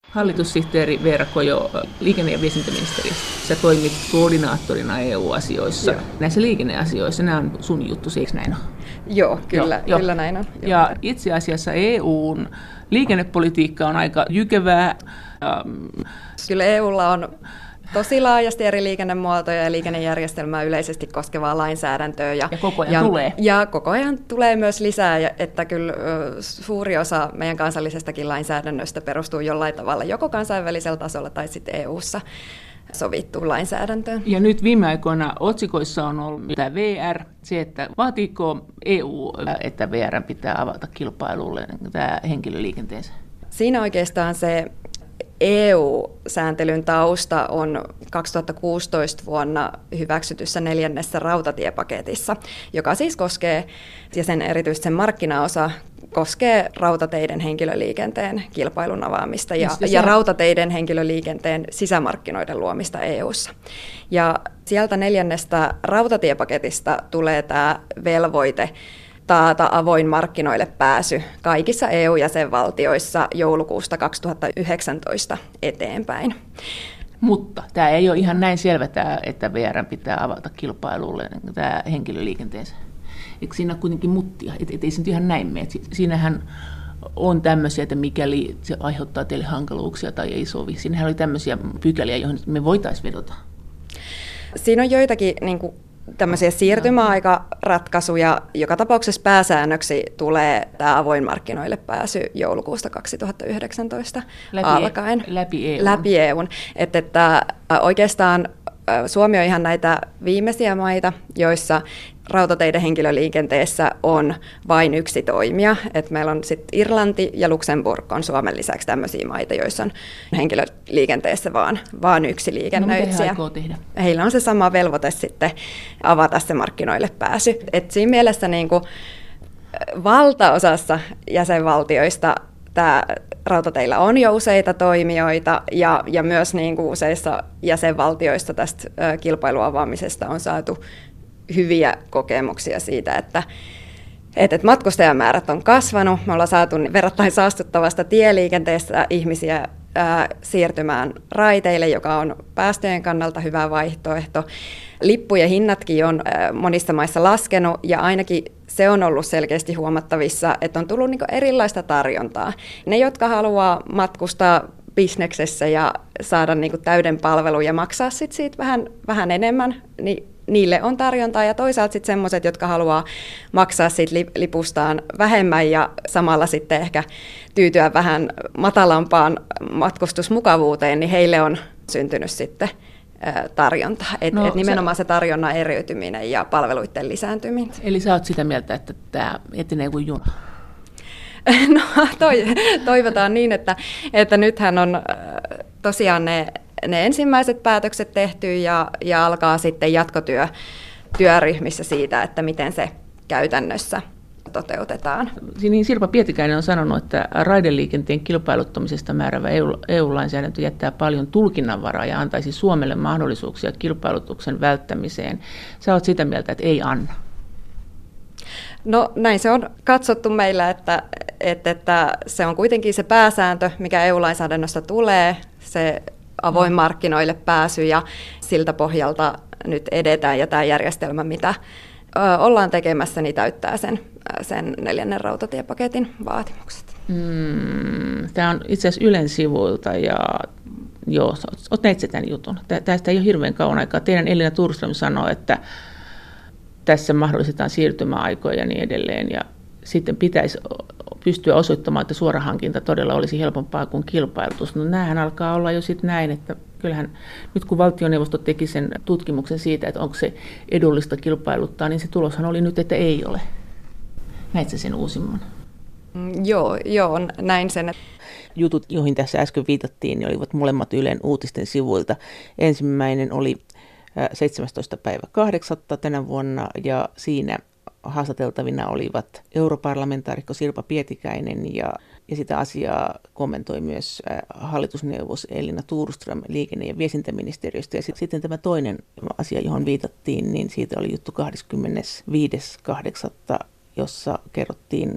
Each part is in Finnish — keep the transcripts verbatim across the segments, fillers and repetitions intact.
Hallitussihteeri Veera Kojo liikenne- ja viestintäministeriössä. Sä toimit koordinaattorina E U-asioissa. Joo. Näissä liikenneasioissa, nämä on sun juttu, eikö näin ole? Joo, kyllä, joo, kyllä jo. näin on. Joo. Ja itse asiassa E U:n liikennepolitiikka on aika jykevää. Kyllä E U:lla on tosi laajasti eri liikennemuotoja ja liikennejärjestelmää yleisesti koskevaa lainsäädäntöä. Ja, ja koko ajan ja, tulee. Ja koko ajan tulee myös lisää, että kyllä suuri osa meidän kansallisestakin lainsäädännöstä perustuu jollain tavalla joko kansainvälisellä tasolla tai sitten E U:ssa sovittuun lainsäädäntöön. Ja nyt viime aikoina otsikoissa on ollut tämä V R, se, että vaatiiko E U, että V R pitää avata kilpailulle tämä henkilöliikenteensä? Siinä oikeastaan se E U-sääntelyn tausta on kaksituhattakuusitoista vuonna hyväksytyssä neljännessä rautatiepaketissa, joka siis koskee, ja sen erityisesti sen markkinaosa koskee rautateiden henkilöliikenteen kilpailun avaamista ja, ja, ja rautateiden henkilöliikenteen sisämarkkinoiden luomista E U:ssa. Ja sieltä neljännestä rautatiepaketista tulee tämä velvoite taata avoin markkinoille pääsy kaikissa E U-jäsenvaltioissa joulukuusta kaksituhattayhdeksäntoista eteenpäin. Mutta tämä ei ole ihan näin selvä, tämä, että V R pitää avata kilpailulle tämä henkilöliikenteensä. Eikö siinä kuitenkin muttia? Et, et ei se nyt ihan näin mene. Siinähän on tämmöisiä, että mikäli se aiheuttaa teille hankaluuksia tai ei sovi. Siinähän oli tämmöisiä pykäliä, joihin me voitaisiin vedota. Siinä on joitakin niin kuin tämmöisiä siirtymäaikaratkaisuja. Joka tapauksessa pääsäännöksi tulee tämä avoin markkinoille pääsy joulukuusta kaksituhattayhdeksäntoista läpi, alkaen. Läpi E U:n. Läpi E U:n. Että, että oikeastaan Suomi on ihan näitä viimeisiä maita, joissa rautateiden henkilöliikenteessä on vain yksi toimija. Et meillä on sit Irlanti ja Luxemburg on Suomen lisäksi tämmöisiä maita, joissa on henkilöliikenteessä vaan, vaan yksi liikennöitsijä. No, mitä he aikoo tehdä? Heillä on se sama velvoite sitten avata se markkinoille pääsy. Et siinä mielessä niin kuin valtaosassa jäsenvaltioista tämä rautateillä on jo useita toimijoita ja, ja myös niin kuin useissa jäsenvaltioissa tästä kilpailun avaamisesta on saatu hyviä kokemuksia siitä, että, että matkustajamäärät on kasvanut. Me ollaan saatu verrattain saastuttavasta tieliikenteestä ihmisiä ää, siirtymään raiteille, joka on päästöjen kannalta hyvä vaihtoehto. Lippujen hinnatkin on ää, monissa maissa laskenut ja ainakin se on ollut selkeästi huomattavissa, että on tullut niin kuin erilaista tarjontaa. Ne, jotka haluaa matkustaa bisneksessä ja saada niin kuin täyden palvelun ja maksaa sit siitä vähän, vähän enemmän, niin niille on tarjontaa, ja toisaalta sitten semmoiset, jotka haluaa maksaa siitä lipustaan vähemmän ja samalla sitten ehkä tyytyä vähän matalampaan matkustusmukavuuteen, niin heille on syntynyt sitten tarjonta. Et, no, et nimenomaan se, se tarjonnan eriytyminen ja palveluiden lisääntyminen. Eli sä oot sitä mieltä, että tämä etenee kuin juna? No toivotaan niin, että, että nythän on tosiaan ne ne ensimmäiset päätökset tehty ja, ja alkaa sitten jatkotyö työryhmissä siitä, että miten se käytännössä toteutetaan. Niin Sirpa Pietikäinen on sanonut, että raideliikenteen kilpailuttamisesta määräävä E U-lainsäädäntö jättää paljon tulkinnanvaraa ja antaisi Suomelle mahdollisuuksia kilpailutuksen välttämiseen. Sä oot sitä mieltä, että ei anna. No näin se on katsottu meillä, että, että, että se on kuitenkin se pääsääntö, mikä E U-lainsäädännöstä tulee, se avoin markkinoille pääsy, ja siltä pohjalta nyt edetään, ja tämä järjestelmä, mitä ollaan tekemässä, niin täyttää sen, sen neljännen rautatiepaketin vaatimukset. Mm, tämä on itse asiassa Ylen sivuilta, ja joo, olet näit tämän jutun. Tästä ei ole hirveän kauan aikaa. Teidän Elina Thurström sanoi, että tässä mahdollistetaan siirtymäaikoja ja niin edelleen, ja sitten pitäisi pystyä osoittamaan, että suorahankinta todella olisi helpompaa kuin kilpailutus. No näähän alkaa olla jo sitten näin, että kyllähän nyt kun valtioneuvosto teki sen tutkimuksen siitä, että onko se edullista kilpailuttaa, niin se tuloshan oli nyt, että ei ole. Näitkö sen uusimman? Mm, joo, joo, näin sen. Jutut, joihin tässä äsken viitattiin, niin olivat molemmat Ylen uutisten sivuilta. Ensimmäinen oli seitsemästoista päivä kahdeksatta tänä vuonna, ja siinä haastateltavina olivat europarlamentaarikko Sirpa Pietikäinen, ja, ja sitä asiaa kommentoi myös hallitusneuvos Elina Thurström liikenne- ja viestintäministeriöstä. Ja sitten tämä toinen asia, johon viitattiin, niin siitä oli juttu kahdeskymmenesviides kahdeksatta, jossa kerrottiin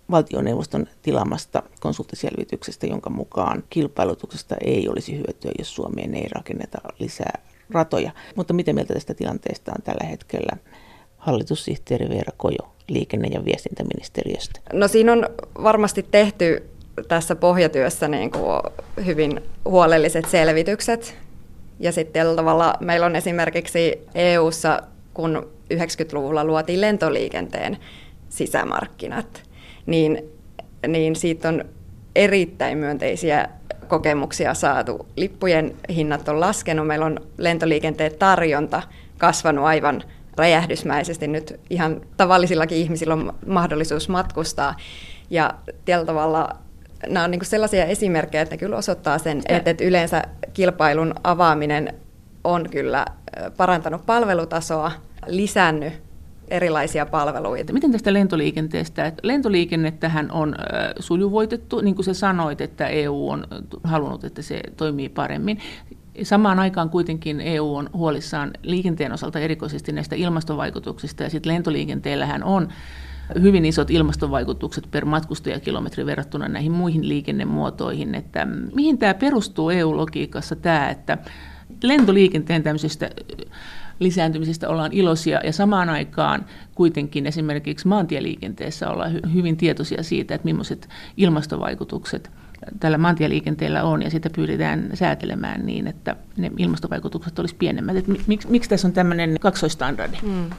valtioneuvoston tilamasta konsulttiselvityksestä, jonka mukaan kilpailutuksesta ei olisi hyötyä, jos Suomeen ei rakenneta lisää ratoja. Mutta miten mieltä tästä tilanteesta on tällä hetkellä hallitussihteeri Veera Kojo liikenne- ja viestintäministeriöstä? No siinä on varmasti tehty tässä pohjatyössä niin kuin hyvin huolelliset selvitykset. Ja sitten tällä tavalla meillä on esimerkiksi E U:ssa, kun yhdeksänkymmentäluvulla luotiin lentoliikenteen sisämarkkinat, niin, niin siitä on erittäin myönteisiä kokemuksia saatu. Lippujen hinnat on laskenut, meillä on lentoliikenteen tarjonta kasvanut aivan räjähdysmäisesti. Nyt ihan tavallisillakin ihmisillä on mahdollisuus matkustaa. Ja tällä tavalla nämä on niin kuin sellaisia esimerkkejä, että ne kyllä osoittaa sen, että yleensä kilpailun avaaminen on kyllä parantanut palvelutasoa, lisännyt erilaisia palveluita. Miten tästä lentoliikenteestä? Lentoliikennettähän on sujuvoitettu, niin kuin sä sanoit, että E U on halunnut, että se toimii paremmin. Samaan aikaan kuitenkin E U on huolissaan liikenteen osalta erikoisesti näistä ilmastovaikutuksista, ja sitten lentoliikenteellähän on hyvin isot ilmastovaikutukset per matkustajakilometri verrattuna näihin muihin liikennemuotoihin. Että mihin tämä perustuu E U-logiikassa tämä, että lentoliikenteen tämmöisestä lisääntymisestä ollaan iloisia ja samaan aikaan kuitenkin esimerkiksi maantieliikenteessä ollaan hy- hyvin tietoisia siitä, että millaiset ilmastovaikutukset tällä maantieliikenteellä on, ja sitä pyritään säätelemään niin, että ne ilmastovaikutukset olisi pienemmät. Et miksi, miksi tässä on tämmöinen kaksoistandardi? Hmm.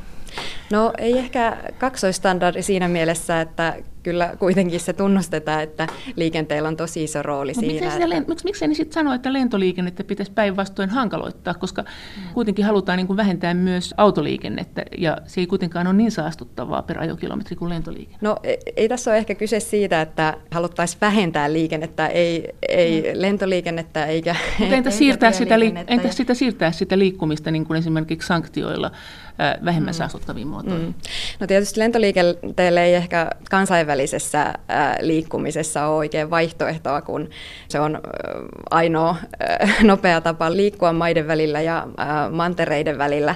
No ei ehkä kaksoistandardi siinä mielessä, että kyllä kuitenkin se tunnustetaan, että liikenteellä on tosi iso rooli no, siinä. Että... Lent- miksi, miksi ne sitten sanoo, että lentoliikennettä pitäisi päinvastoin hankaloittaa, koska mm. kuitenkin halutaan niin kuin vähentää myös autoliikennettä, ja se ei kuitenkaan ole niin saastuttavaa per ajokilometri kuin lentoliikenne. No ei, ei tässä ole ehkä kyse siitä, että haluttaisiin vähentää liikennettä, ei, ei mm. lentoliikennettä eikä... Mutta entäs siirtää, sitä, li- entäs sitä siirtää sitä liikkumista niin kuin esimerkiksi sanktioilla vähemmän mm. saastuttaviin muotoihin? Mm. No tietysti lentoliikenteelle ei ehkä kansainvälisessä liikkumisessa ole oikein vaihtoehtoa, kun se on ainoa nopea tapa liikkua maiden välillä ja mantereiden välillä.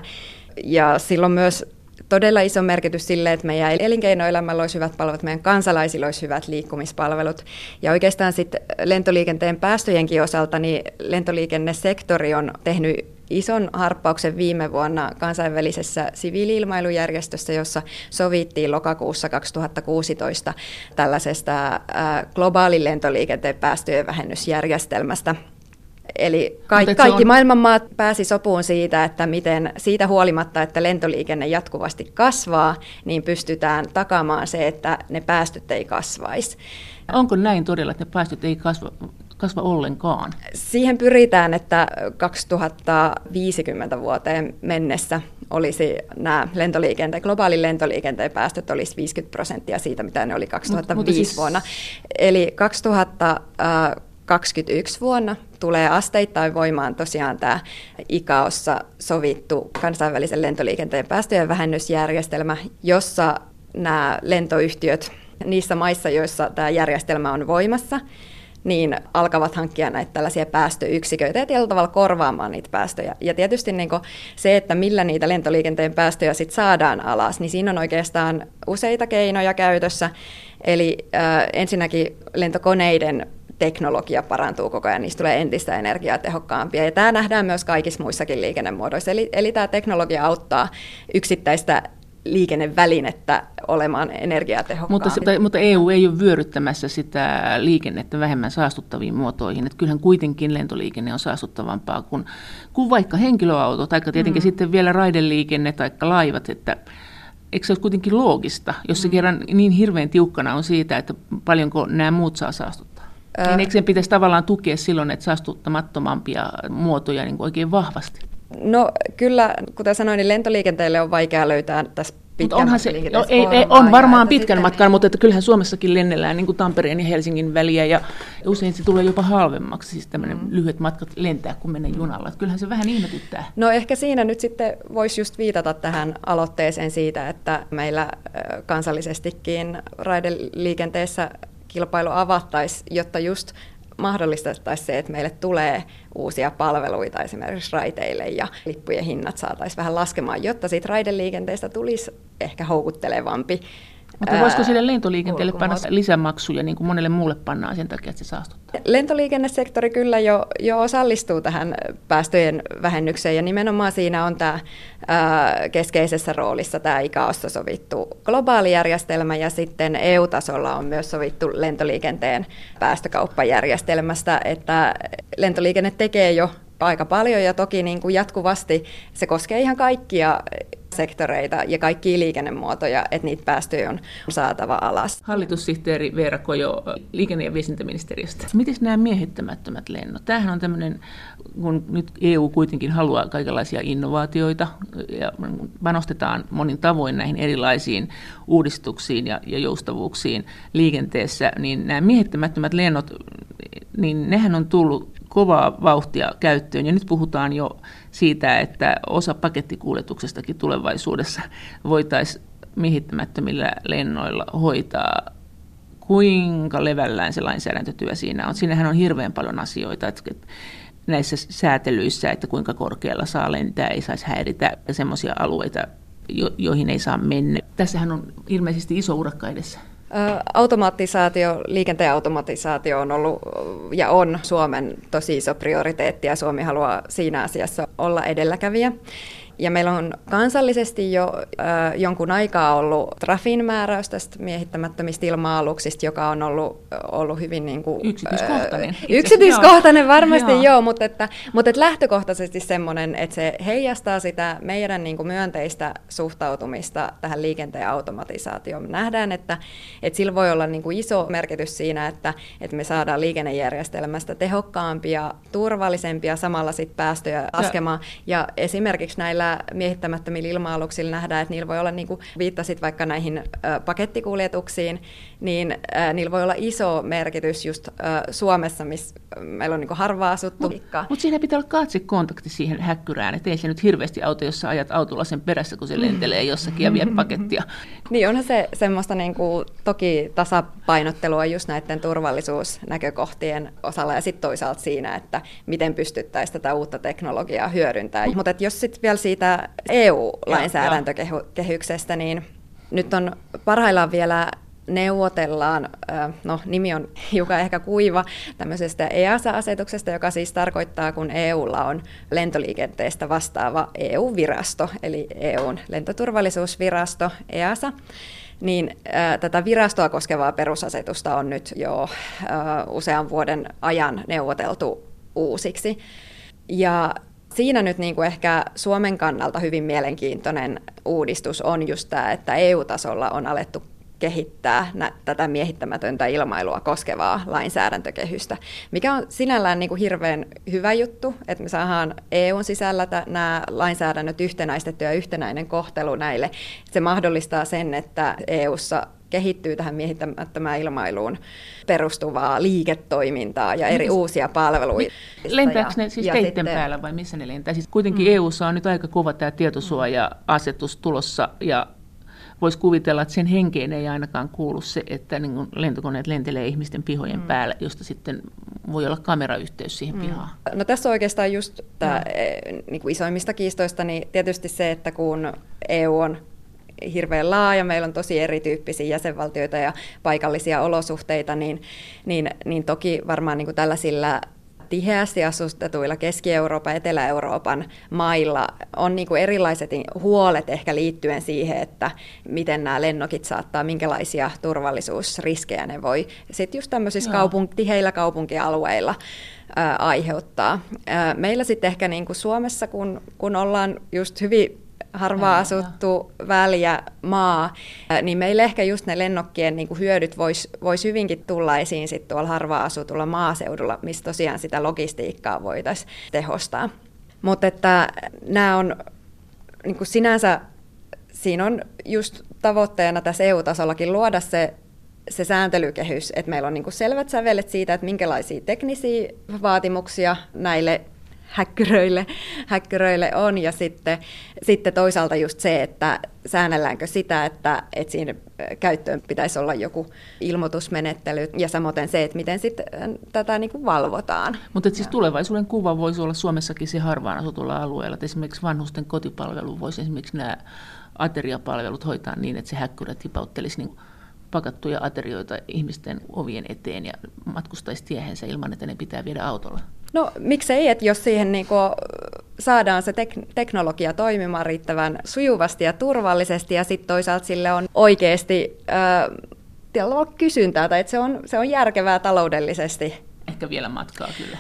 Ja silloin myös todella iso merkitys sille, että meidän elinkeinoelämällä olisi hyvät palvelut, meidän kansalaisilla olisi hyvät liikkumispalvelut. Ja oikeastaan sitten lentoliikenteen päästöjenkin osalta, niin lentoliikennesektori on tehnyt ison harppauksen viime vuonna kansainvälisessä siviili-ilmailujärjestössä, jossa sovittiin lokakuussa kaksituhattakuusitoista tällaisesta globaalin lentoliikenteen päästöjen vähennysjärjestelmästä. Eli kaikki, kaikki on... maailman maat pääsi sopuun siitä, että miten siitä huolimatta, että lentoliikenne jatkuvasti kasvaa, niin pystytään takaamaan se, että ne päästöt ei kasvaisi. Onko näin todella, että ne päästöt ei kasva, kasva ollenkaan? Siihen pyritään, että kaksituhattaviisikymmentä vuoteen mennessä olisi nämä lentoliikenteen, globaalin lentoliikenteen päästöt olisi viisikymmentä prosenttia siitä, mitä ne oli kaksituhattaviisi siis... vuonna. Eli kaksituhattakaksikymmentäyksi vuonna tulee asteittain voimaan tosiaan tämä I C A O:ssa sovittu kansainvälisen lentoliikenteen päästöjen vähennysjärjestelmä, jossa nämä lentoyhtiöt niissä maissa, joissa tämä järjestelmä on voimassa, niin alkavat hankkia näitä tällaisia päästöyksiköitä ja tietyllä tavalla korvaamaan niitä päästöjä. Ja tietysti niin se, että millä niitä lentoliikenteen päästöjä sit saadaan alas, niin siinä on oikeastaan useita keinoja käytössä. Eli äh, ensinnäkin lentokoneiden teknologia parantuu koko ajan, niistä tulee entistä energiatehokkaampia. Ja tämä nähdään myös kaikissa muissakin liikennemuodoissa. Eli, eli tämä teknologia auttaa yksittäistä liikennevälinettä olemaan energiatehokkaammin. Mutta, mutta E U ei ole vyöryttämässä sitä liikennettä vähemmän saastuttaviin muotoihin. Että kyllähän kuitenkin lentoliikenne on saastuttavampaa kuin, kuin vaikka henkilöauto, tai tietenkin mm. sitten vielä raideliikenne tai laivat. Että eikö se ole kuitenkin loogista, jos se mm. kerran niin hirveän tiukkana on siitä, että paljonko nämä muut saa saastuttaa? Äh. Niin eikö sen pitäisi tavallaan tukea silloin, että saastuttamattomampia muotoja niin kuin oikein vahvasti? No kyllä, kuten sanoin, niin lentoliikenteelle on vaikea löytää tässä pitkän matkan se, jo, ei, ei, on varmaan pitkän matkan, mutta että kyllähän Suomessakin lennellään niin kuin Tampereen ja Helsingin väliä, ja usein se tulee jopa halvemmaksi, siis tämmöinen mm. lyhyet matkat lentää, kun mennä junalla. Että kyllähän se vähän ihmetyttää. No ehkä siinä nyt sitten voisi just viitata tähän aloitteeseen siitä, että meillä kansallisestikin raideliikenteessä kilpailu avattaisiin, jotta just mahdollistettaisiin se, että meille tulee uusia palveluita esimerkiksi raiteille ja lippujen hinnat saataisiin vähän laskemaan, jotta siitä raideliikenteestä tulisi ehkä houkuttelevampi Mutta voisiko sille lentoliikenteelle panna lisämaksuja, niin kuin monelle muulle pannaan sen takia, että se saastuttaa? Lentoliikennesektori kyllä jo, jo osallistuu tähän päästöjen vähennykseen, ja nimenomaan siinä on tämä ää, keskeisessä roolissa tämä I C A O:ssa sovittu globaali järjestelmä, ja sitten E U-tasolla on myös sovittu lentoliikenteen päästökauppajärjestelmästä, että lentoliikenne tekee jo aika paljon, ja toki niin kuin jatkuvasti se koskee ihan kaikkia sektoreita ja kaikkia liikennemuotoja, että niitä päästöjä on saatava alas. Hallitussihteeri Veera Kojo liikenne- ja viestintäministeriöstä. Miten nämä miehittämättömät lennot? Tämähän on tämmöinen, kun nyt E U kuitenkin haluaa kaikenlaisia innovaatioita ja panostetaan monin tavoin näihin erilaisiin uudistuksiin ja, ja joustavuuksiin liikenteessä, niin nämä miehittämättömät lennot, niin nehän on tullut kovaa vauhtia käyttöön, ja nyt puhutaan jo siitä, että osa pakettikuljetuksestakin tulevaisuudessa voitaisiin miehittämättömillä lennoilla hoitaa. Kuinka levällään se lainsäädäntötyö siinä on? Siinähän on hirveän paljon asioita, että näissä säätelyissä, että kuinka korkealla saa lentää, ei saisi häiritä semmoisia alueita, joihin ei saa mennä. Tässähän on ilmeisesti iso urakka edessä. Automatisaatio, liikenteen automatisaatio on ollut ja on Suomen tosi iso prioriteetti, ja Suomi haluaa siinä asiassa olla edelläkävijä. Ja meillä on kansallisesti jo äh, jonkun aikaa ollut Trafin määräys tästä miehittämättömistä ilma-aluksista, joka on ollut, ollut hyvin niin kuin, yksityiskohtainen. Äh, yksityiskohtainen varmasti joo, joo mutta, että, mutta että lähtökohtaisesti semmoinen, että se heijastaa sitä meidän niin kuin myönteistä suhtautumista tähän liikenteen automatisaatioon. Me nähdään, että, että sillä voi olla niin kuin iso merkitys siinä, että, että me saadaan liikennejärjestelmästä tehokkaampia, turvallisempia, samalla sit päästöjä laskemaan. Ja, ja esimerkiksi näillä miehittämättömillä ilma-aluksilla nähdään, että niillä voi olla, niin kuin viittasit vaikka näihin ä, pakettikuljetuksiin, niin ä, niillä voi olla iso merkitys just ä, Suomessa, missä meillä on niin kuin harvaa asuttu. Mutta mut siinä pitää olla katsekontakti siihen häkkyrään, että ei se nyt hirveästi auto, jos sä ajat autolla sen perässä, kun se lentelee jossakin ja vie pakettia. Niin onhan se semmoista niin kuin, toki tasapainottelua just näiden turvallisuusnäkökohtien osalla, ja sitten toisaalta siinä, että miten pystyttäisiin tätä uutta teknologiaa hyödyntämään. Mutta jos sitten vielä siitä E U-lainsäädäntökehyksestä, niin nyt on parhaillaan vielä neuvotellaan, no nimi on hiukan ehkä kuiva, tämmöisestä E A S A-asetuksesta, joka siis tarkoittaa, kun E U:lla on lentoliikenteestä vastaava E U-virasto, eli E U:n lentoturvallisuusvirasto, E A S A, niin ää, tätä virastoa koskevaa perusasetusta on nyt jo ää, usean vuoden ajan neuvoteltu uusiksi. Ja siinä nyt niin kuin ehkä Suomen kannalta hyvin mielenkiintoinen uudistus on just tämä, että E U-tasolla on alettu kehittää nä- tätä miehittämätöntä ilmailua koskevaa lainsäädäntökehystä, mikä on sinällään niin kuin hirveän hyvä juttu, että me saadaan E U:n sisällä t- nämä lainsäädännöt yhtenäistetty ja yhtenäinen kohtelu näille. Se mahdollistaa sen, että E U:ssa kehittyy tähän miehittämättömään ilmailuun perustuvaa liiketoimintaa ja eri mm. uusia palveluita. Lentääkö ne siis teitten sitten päällä vai missä ne lentää? Siis kuitenkin mm. E U:ssa on nyt aika kova tämä tietosuoja-asetus tulossa, ja voisi kuvitella, että sen henkeen ei ainakaan kuulu se, että niin kuin lentokoneet lentelee ihmisten pihojen mm. päälle, josta sitten voi olla kamerayhteys siihen mm. pihaan. No tässä on oikeastaan just tämä mm. niin kuin isoimmista kiistoista, niin tietysti se, että kun E U on hirveän laaja, meillä on tosi erityyppisiä jäsenvaltioita ja paikallisia olosuhteita, niin, niin, niin toki varmaan niin kuin tällaisilla tiheästi asustetuilla Keski-Euroopan, Etelä-Euroopan mailla on niin kuin erilaiset huolet ehkä liittyen siihen, että miten nämä lennokit saattaa, minkälaisia turvallisuusriskejä ne voi sitten just tämmöisissä kaupunk- tiheillä kaupunkialueilla ää, aiheuttaa. Ää, meillä sitten ehkä niin kuin Suomessa, kun, kun ollaan just hyvin harvaa asuttu väliä maa, niin meille ehkä just ne lennokkien niin kuin hyödyt voisi vois hyvinkin tulla esiin sit tuolla harvaa asutulla maaseudulla, missä tosiaan sitä logistiikkaa voitaisiin tehostaa. Mutta että nämä on niin kuin sinänsä, siinä on just tavoitteena tässä E U-tasollakin luoda se, se sääntelykehys, että meillä on niin kuin selvät sävelet siitä, että minkälaisia teknisiä vaatimuksia näille häkkyröille, häkkyröille on, ja sitten, sitten toisaalta just se, että säännelläänkö sitä, että, että siinä käyttöön pitäisi olla joku ilmoitusmenettely, ja samoin se, että miten sitten tätä niin kuin valvotaan. Mutta siis tulevaisuuden kuva voisi olla Suomessakin se harvaan asutulla alueella, että esimerkiksi vanhusten kotipalvelu voisi esimerkiksi nämä ateriapalvelut hoitaa niin, että se häkkyrä tipauttelisi niin pakattuja aterioita ihmisten ovien eteen ja matkustaisi tiehensä ilman, että ne pitää viedä autolla? No miksei, että jos siihen niin kuin saadaan se tek- teknologia toimimaan riittävän sujuvasti ja turvallisesti ja sitten toisaalta sille on oikeasti äh, kysyntää tai että se on, se on järkevää taloudellisesti. Ehkä vielä matkaa kyllä.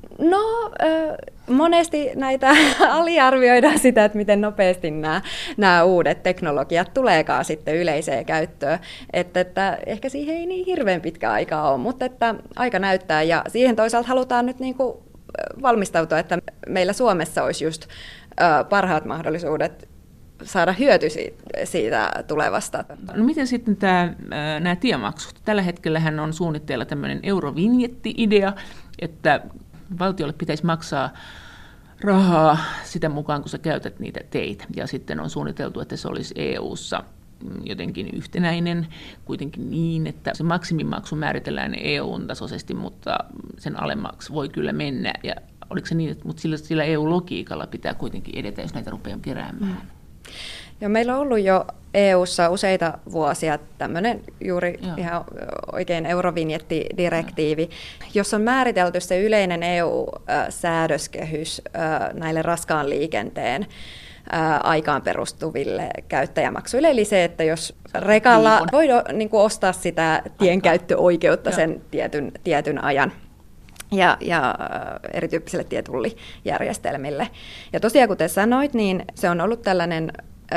No äh, monesti näitä aliarvioidaan sitä, että miten nopeasti nämä, nämä uudet teknologiat tuleekaan sitten yleiseen käyttöön. Että, että ehkä siihen ei niin hirveän pitkä aikaa ole, mutta että aika näyttää ja siihen toisaalta halutaan nyt niin kuin valmistautua, että meillä Suomessa olisi just äh, parhaat mahdollisuudet saada hyöty siitä tulevasta. No miten sitten tämä, nämä tiemaksut? Tällä hetkellähän on suunnitteilla tämmöinen eurovinjetti-idea, että valtiolle pitäisi maksaa rahaa sitä mukaan, kun sä käytät niitä teitä. Ja sitten on suunniteltu, että se olisi E U:ssa jotenkin yhtenäinen, kuitenkin niin, että se maksimimaksu määritellään E U-tasoisesti, mutta sen alemmaksi voi kyllä mennä. Ja oliko se niin, että mutta sillä, sillä E U-logiikalla pitää kuitenkin edetä, jos näitä rupeaa keräämään? Mm. Ja meillä on ollut jo E U:ssa useita vuosia tämmöinen juuri Joo. ihan oikein eurovinjettidirektiivi, Joo. jossa on määritelty se yleinen E U-säädöskehys näille raskaan liikenteen aikaan perustuville käyttäjämaksuille. Eli se, että jos rekalla voi niin kuin ostaa sitä tienkäyttöoikeutta sen tietyn, tietyn ajan. Ja, ja erityyppisille tietullijärjestelmille. Ja tosiaan, kuten sanoit, niin se on ollut tällainen,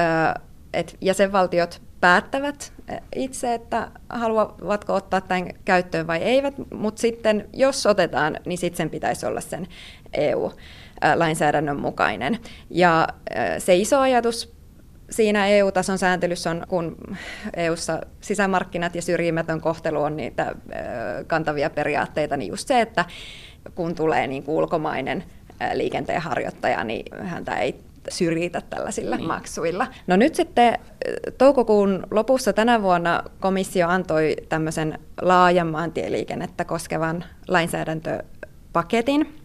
että jäsenvaltiot päättävät itse, että haluavatko ottaa tämän käyttöön vai eivät, mutta sitten jos otetaan, niin sitten sen pitäisi olla sen E U-lainsäädännön mukainen. Ja se iso ajatus siinä E U-tason sääntelyssä on, kun E U:ssa sisämarkkinat ja syrjimätön kohtelu on niitä kantavia periaatteita, niin just se, että kun tulee niin kuin ulkomainen liikenteenharjoittaja, niin häntä ei syrjitä tällaisilla niin. maksuilla. No nyt sitten toukokuun lopussa tänä vuonna komissio antoi tämmöisen laajan maantieliikennettä koskevan lainsäädäntöpaketin.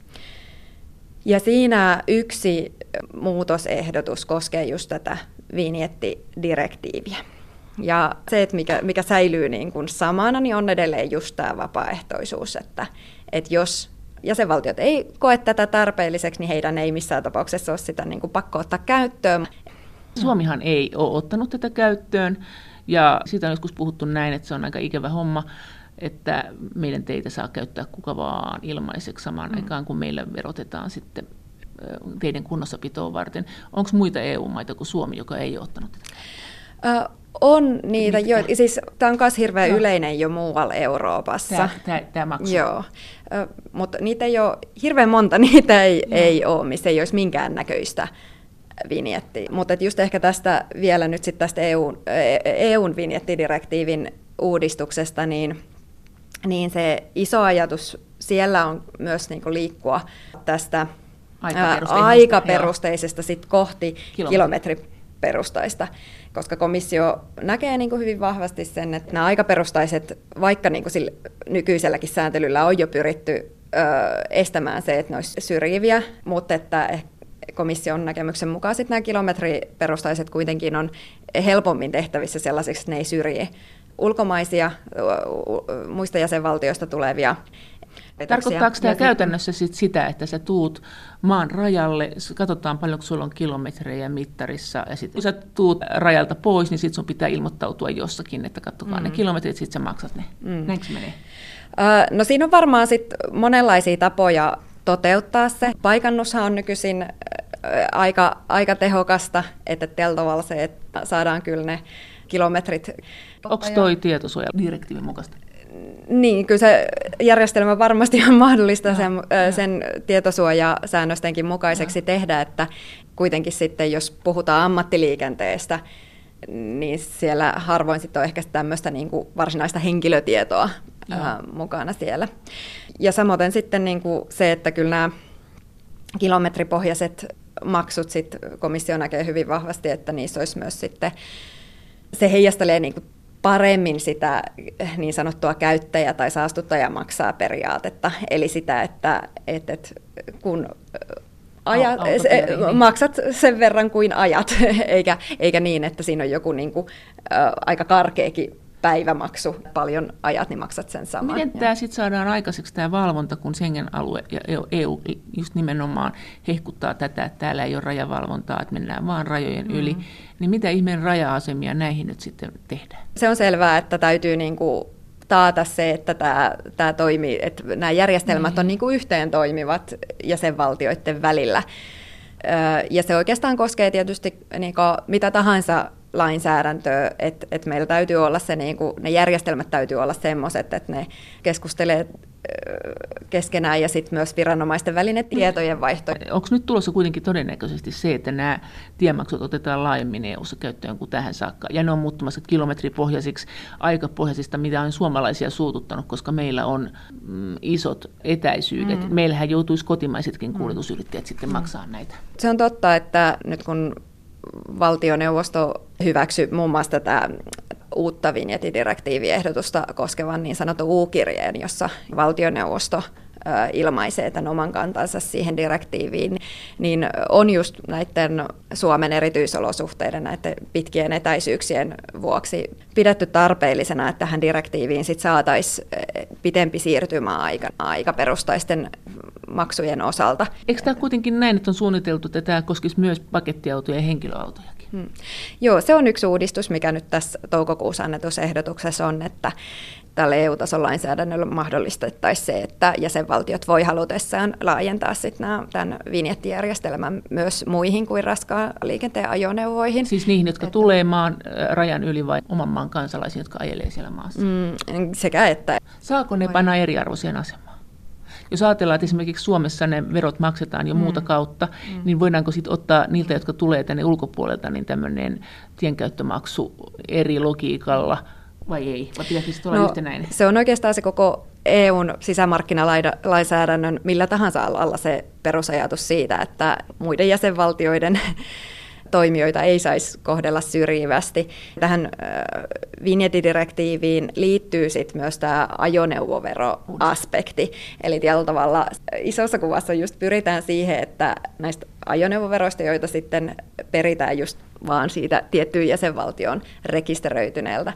Ja siinä yksi muutosehdotus koskee just tätä vinjettidirektiiviä. Ja se, että mikä, mikä säilyy niin kuin samana, niin on edelleen just tämä vapaaehtoisuus, että, että jos jäsenvaltiot ei koe tätä tarpeelliseksi, niin heidän ei missään tapauksessa ole sitä niin kuin pakko ottaa käyttöön. Suomihan ei ole ottanut tätä käyttöön, ja siitä on joskus puhuttu näin, että se on aika ikävä homma, että meidän teitä saa käyttää kuka vaan ilmaiseksi samaan mm. aikaan, kun meillä verotetaan sitten teidän kunnossapitoa varten. Onko muita E U-maita kuin Suomi, joka ei ole ottanut tätä käyttöön? Ö, on niitä, jo, siis tämä on myös hirveän no. yleinen jo muualla Euroopassa. Tämä, tämä, tämä maksaa. Joo, ö, mutta niitä ei ole, hirveän monta niitä ei, no. ei ole, missä ei olisi minkään näköistä vinjettiä. Mutta just ehkä tästä vielä nyt sitten tästä E U:n, E U:n vinjettidirektiivin uudistuksesta, niin niin se iso ajatus siellä on myös niin kuin liikkua tästä aikaperusteisesta, aikaperusteisesta sit kohti Kilometri. kilometriperustaista, koska komissio näkee niin kuin hyvin vahvasti sen, että nämä aikaperustaiset, vaikka niin kuin sillä nykyiselläkin sääntelyllä on jo pyritty ö, estämään se, että ne olisi syrjiviä, mutta että komission näkemyksen mukaan sit nämä kilometriperustaiset kuitenkin on helpommin tehtävissä sellaisiksi, että ne ei syrji ulkomaisia, muista jäsenvaltioista tulevia. Tarkoittaako tämä käytännössä sit sitä, että sä tuut maan rajalle, katsotaan paljonko sulla on kilometrejä mittarissa, ja sitten kun sä tuut rajalta pois, niin sitten sun pitää ilmoittautua jossakin, että katsokaa mm. ne kilometrit, sitten sä maksat ne. Mm. Näinkö se menee? No siinä on varmaan sit monenlaisia tapoja toteuttaa se. Paikannushan on nykyisin aika, aika tehokasta, että tällä tavalla se, että saadaan kyllä ne kilometrit. Onko toi tietosuojadirektiivin mukaista? Niin, kyllä se järjestelmä varmasti on mahdollista sen, sen tietosuojasäännöstenkin mukaiseksi ja. tehdä, että kuitenkin sitten, jos puhutaan ammattiliikenteestä, niin siellä harvoin sitten on ehkä tämmöistä niin kuin varsinaista henkilötietoa ja. mukana siellä. Ja samoin sitten niin kuin se, että kyllä nämä kilometripohjaiset maksut sit komissio näkee hyvin vahvasti, että niissä olisi myös sitten, se heijastelee niin kuin paremmin sitä niin sanottua käyttäjä- tai saastuttaja maksaa periaatetta, eli sitä, että, että kun ajat, se, maksat sen verran kuin ajat, eikä, eikä niin, että siinä on joku niin kuin, ä, aika karkeakin päivämaksu, paljon ajat, niin maksat sen saman. Miten tämä sitten saadaan aikaiseksi tämä valvonta, kun Schengen-alue ja E U just nimenomaan hehkuttaa tätä, että täällä ei ole rajavalvontaa, että mennään vaan rajojen yli, mm. niin mitä ihmeen raja-asemia näihin nyt sitten tehdään? Se on selvää, että täytyy niinku taata se, että tämä, tämä toimii, että nämä järjestelmät mm. on niinku yhteen toimivat jäsenvaltioiden välillä. Ja se oikeastaan koskee tietysti niinku mitä tahansa lainsäädäntöä, että, että meillä täytyy olla se, niin kuin, ne järjestelmät täytyy olla semmoiset, että ne keskustelee keskenään ja sitten myös viranomaisten välinen tietojen vaihto. Onko nyt tulossa kuitenkin todennäköisesti se, että nämä tiemaksut otetaan laajemmin E U:ssa käyttöön kuin tähän saakka, ja ne on muuttumassa kilometripohjaisiksi, aikapohjaisista, mitä on suomalaisia suututtanut, koska meillä on mm, isot etäisyydet. Mm. Meillähän joutuisi kotimaisetkin kuljetusyrittäjät mm. sitten maksaa näitä. Se on totta, että nyt kun valtioneuvosto hyväksyi muun muassa tätä uutta vinjettidirektiiviehdotusta koskevan niin sanotun U-kirjeen, jossa valtioneuvosto ilmaisee tämän oman kantansa siihen direktiiviin, niin on just näiden Suomen erityisolosuhteiden, näiden pitkien etäisyyksien vuoksi pidetty tarpeellisena, että tähän direktiiviin sit saataisiin pitempi siirtymäaika aikaperustaisten maksujen osalta. Eikö tämä kuitenkin näin, että on suunniteltu, että tämä koskisi myös pakettiautoja ja henkilöautojakin? Hmm. Joo, se on yksi uudistus, mikä nyt tässä toukokuussa annetussa ehdotuksessa on, että tällä E U-tason lainsäädännöllä mahdollistettaisiin se, että jäsenvaltiot voi halutessaan laajentaa sit nämä, tämän vinjettijärjestelmän myös muihin kuin raskaan liikenteen ajoneuvoihin. Siis niihin, jotka että, tulee maan rajan yli vai oman maan kansalaisiin, jotka ajelee siellä maassa? Mm, sekä että. Saako ne panna eriarvoiseen asemaan? Jos ajatellaan, että esimerkiksi Suomessa ne verot maksetaan jo mm. muuta kautta, mm. niin voidaanko sitten ottaa niiltä, jotka tulee tänne ulkopuolelta, niin tämmöinen tienkäyttömaksu eri logiikalla, vai ei? Vai pitääkö sitten olla no, yhtenäinen? Se on oikeastaan se koko E U:n sisämarkkinalainsäädännön millä tahansa alalla se perusajatus siitä, että muiden jäsenvaltioiden toimijoita ei saisi kohdella syrjivästi. Tähän äh, vinjettidirektiiviin liittyy sit myös tämä ajoneuvoveroaspekti. Eli tietyllä tavalla isossa kuvassa just pyritään siihen, että näistä ajoneuvoveroista, joita sitten peritään just vaan siitä tiettyyn jäsenvaltion rekisteröityneeltä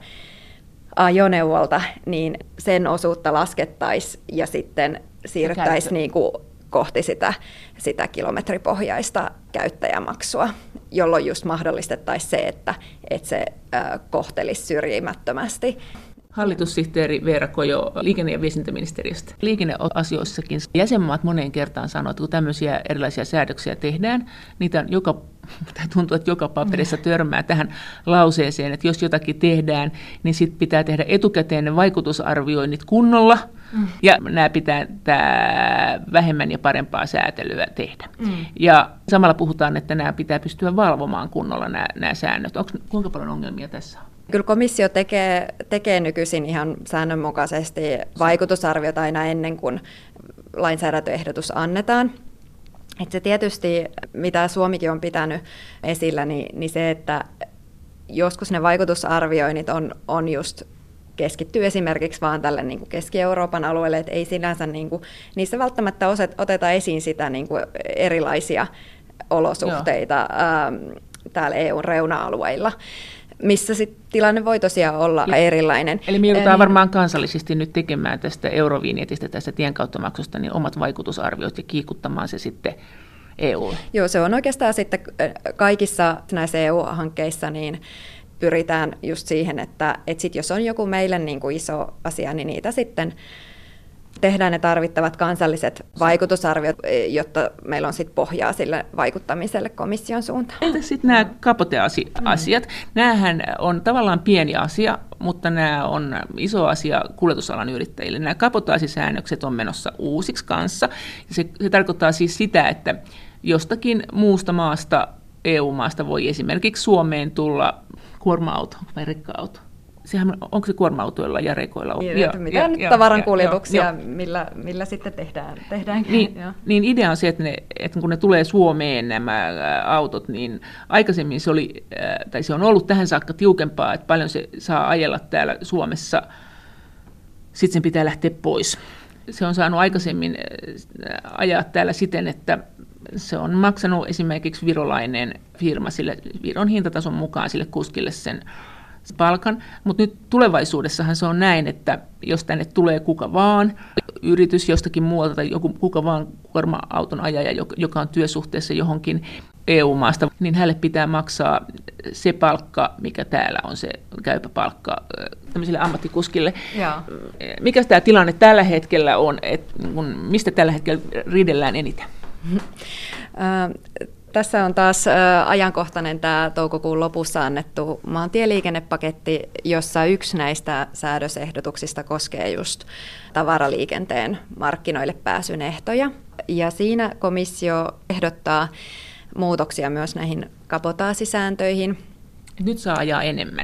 ajoneuvolta, niin sen osuutta laskettaisiin ja sitten siirryttäisiin niin kuin kohti sitä, sitä kilometripohjaista käyttäjämaksua, jolloin just mahdollistettaisiin se, että, että se äh, kohtelisi syrjimättömästi. Hallitussihteeri Veera Kojo liikenne- ja viestintäministeriöstä. Liikenneasioissakin jäsenmaat moneen kertaan sanoo, että kun tämmöisiä erilaisia säädöksiä tehdään, niitä joka, tuntuu, että joka paperissa törmää tähän lauseeseen, että jos jotakin tehdään, niin sitten pitää tehdä etukäteen ne vaikutusarvioinnit kunnolla, mm. ja nämä pitää tämä vähemmän ja parempaa säätelyä tehdä. Mm. Ja samalla puhutaan, että nämä pitää pystyä valvomaan kunnolla nämä, nämä säännöt. Onko, kuinka paljon ongelmia tässä on? Kyllä komissio tekee, tekee nykyisin ihan säännönmukaisesti vaikutusarviota aina ennen kuin lainsäädäntöehdotus annetaan. Et se tietysti, mitä Suomikin on pitänyt esillä, niin, niin se, että joskus ne vaikutusarvioinnit on, on just keskittyy esimerkiksi vaan tälle niin kuin Keski-Euroopan alueelle, että ei sinänsä niin kuin, niissä välttämättä oteta esiin sitä niin kuin erilaisia olosuhteita ähm, täällä E U:n reuna-alueilla, missä sit tilanne voi tosiaan olla eli, erilainen. Eli me joudutaan varmaan kansallisesti nyt tekemään tästä eurovinjetistä, tästä tienkäyttömaksusta, niin omat vaikutusarviot ja kiikuttamaan se sitten E U:lle. Joo, se on oikeastaan sitten kaikissa näissä E U-hankkeissa niin pyritään just siihen, että, että sit jos on joku meille niin kuin iso asia, niin niitä sitten tehdään ne tarvittavat kansalliset vaikutusarviot, jotta meillä on sit pohjaa sille vaikuttamiselle komission suuntaan. Entä sitten nämä kapote-asiat? Mm. Nämähän on tavallaan pieni asia, mutta nämä on iso asia kuljetusalan yrittäjille. Nämä kapotaasisäännökset on menossa uusiksi kanssa. Se, se tarkoittaa siis sitä, että jostakin muusta maasta, E U-maasta voi esimerkiksi Suomeen tulla kuorma-auto vai rekka-auto. Sehän, onko se kuorma-autoilla ja rekoilla? Niin, ja, mitä nyt tavarankuljetuksia, ja, millä, millä sitten tehdään, tehdäänkin. Niin, niin idea on se, että, ne, että kun ne tulee Suomeen nämä autot, niin aikaisemmin se, oli, tai se on ollut tähän saakka tiukempaa, että paljon se saa ajella täällä Suomessa, sitten sen pitää lähteä pois. Se on saanut aikaisemmin ajaa täällä siten, että se on maksanut esimerkiksi virolainen firma sille Viron hintatason mukaan sille kuskille sen palkan, mutta nyt tulevaisuudessahan se on näin, että jos tänne tulee kuka vaan, yritys jostakin muualta tai joku, kuka vaan kuorma-auton ajaja, joka on työsuhteessa johonkin E U-maasta, niin hänelle pitää maksaa se palkka, mikä täällä on se käypä palkka tämmöiselle ammattikuskille. Jaa. Mikä tämä tilanne tällä hetkellä on, että mistä tällä hetkellä ridellään eniten? Tässä on taas ajankohtainen tämä toukokuun lopussa annettu maantieliikennepaketti, jossa yksi näistä säädösehdotuksista koskee just tavaraliikenteen markkinoille pääsyn ehtoja. Ja siinä komissio ehdottaa muutoksia myös näihin kabotaasisääntöihin. Nyt saa ajaa enemmän.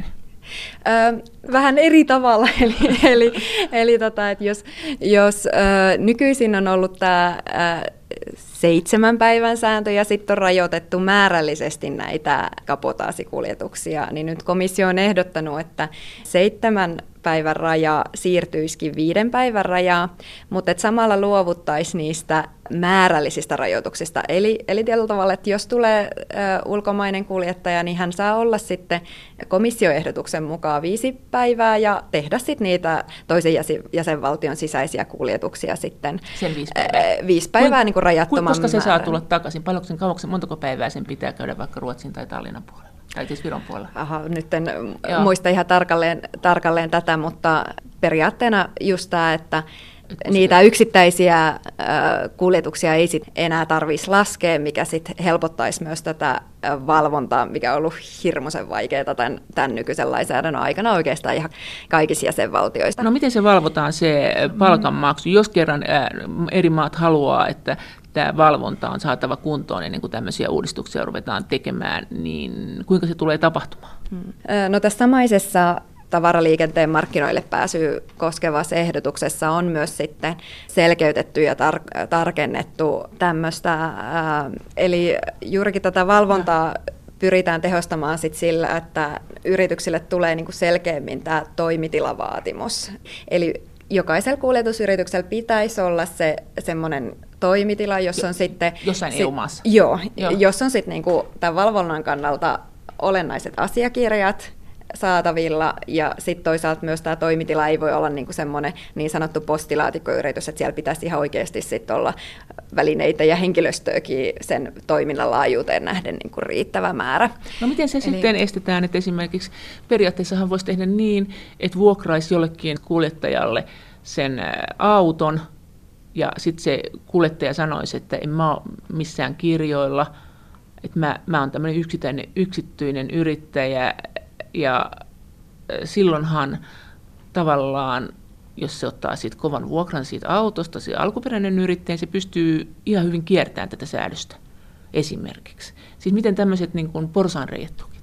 Öö, vähän eri tavalla, eli, eli, eli tota, että jos, jos öö, nykyisin on ollut tämä öö, seitsemän päivän sääntö ja sitten on rajoitettu määrällisesti näitä kabotaasikuljetuksia, niin nyt komissio on ehdottanut, että seitsemän päivän raja siirtyisikin viiden päivän rajaa, mutta et samalla luovuttaisiin niistä määrällisistä rajoituksista. Eli, eli tietyllä tavalla, että jos tulee ö, ulkomainen kuljettaja, niin hän saa olla sitten komissioehdotuksen mukaan viisi päivää ja tehdä sitten niitä toisen jäsenvaltion sisäisiä kuljetuksia sitten sen viisi päivää, ö, viisi päivää niin kuin rajattoman koska se määrän. saa tulla takaisin? Paljonko sen kauaksi, montako päivää sen pitää käydä vaikka Ruotsin tai Tallinnan puolella? Tai siis Viron puolella. Aha, nyt en Joo. muista ihan tarkalleen, tarkalleen tätä, mutta periaatteena just tämä, että Et niitä yksittäisiä äh, kuljetuksia ei sit enää tarvitsisi laskea, mikä sit helpottaisi myös tätä äh, valvontaa, mikä on ollut hirmuisen vaikeaa tämän, tämän nykyisen lainsäädännön aikana oikeastaan ihan kaikissa jäsenvaltioissa. No miten se valvotaan se palkanmaksu, jos kerran äh, eri maat haluaa, että tämä valvonta on saatava kuntoon ennen kuin tämmöisiä uudistuksia ruvetaan tekemään, niin kuinka se tulee tapahtumaan? Hmm. No tässä samaisessa tavaraliikenteen markkinoille pääsyä koskevassa ehdotuksessa on myös sitten selkeytetty ja tar- tarkennettu tämmöistä, ää, eli juurikin tätä valvontaa pyritään tehostamaan sit sillä, että yrityksille tulee niinku selkeämmin tämä toimitilavaatimus. Eli jokaisella kuljetusyrityksellä pitäisi olla se semmoinen toimitila, jossa on sitten jossain sit, E U-maassa. Joo, joo. Jos on sitten niinku tämän valvonnan kannalta olennaiset asiakirjat saatavilla, ja sitten toisaalta myös tämä toimitila ei voi olla niinku semmoinen niin sanottu postilaatikkoyritys, että siellä pitäisi ihan oikeasti sit olla välineitä ja henkilöstöäkin sen toiminnan laajuuteen nähden niinku riittävä määrä. No miten se Eli... sitten estetään, että esimerkiksi periaatteessahan voisi tehdä niin, että vuokraisi jollekin kuljettajalle sen auton, ja sitten se kuljettaja sanoisi, että en mä ole missään kirjoilla, että mä, mä oon tämmöinen yksityinen, yksityinen yrittäjä, ja silloinhan tavallaan, jos se ottaa siitä kovan vuokran siitä autosta, se alkuperäinen yrittäjä, se pystyy ihan hyvin kiertämään tätä säädöstä esimerkiksi. Siis miten tämmöiset niin kuin porsaanreiät tukitaan?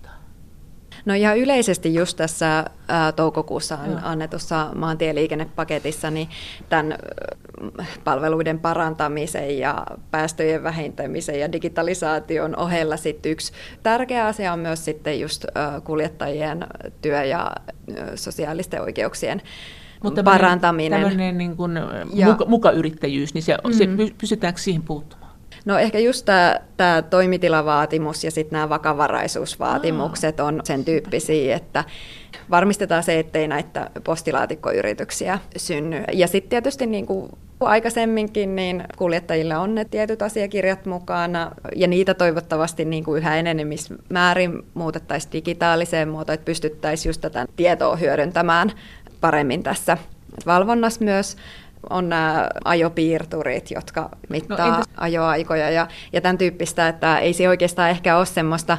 No ihan yleisesti just tässä ää, toukokuussa on annetussa maantieliikennepaketissa, niin tämän palveluiden parantamisen ja päästöjen vähentämisen ja digitalisaation ohella sitten yksi tärkeä asia on myös sitten just ää, kuljettajien työ- ja ää, sosiaalisten oikeuksien Mutta parantaminen. Tällainen niin kuin muka, mukayrittäjyys, niin se, mm. se pysytäänkö siihen puuttumaan? No ehkä just tämä, tämä toimitilavaatimus ja sitten nämä vakavaraisuusvaatimukset on sen tyyppisiä, että varmistetaan se, ettei näitä postilaatikkoyrityksiä synny. Ja sitten tietysti niin kuin aikaisemminkin niin kuljettajilla on ne tietyt asiakirjat mukana, ja niitä toivottavasti niin kuin yhä enenevissä määrin muutettaisiin digitaaliseen muotoon, että pystyttäisiin just tätä tietoa hyödyntämään paremmin tässä valvonnassa myös. On nämä ajopiirturit, jotka mittaa no, ajoaikoja ja, ja tämän tyyppistä, että ei se oikeastaan ehkä ole semmoista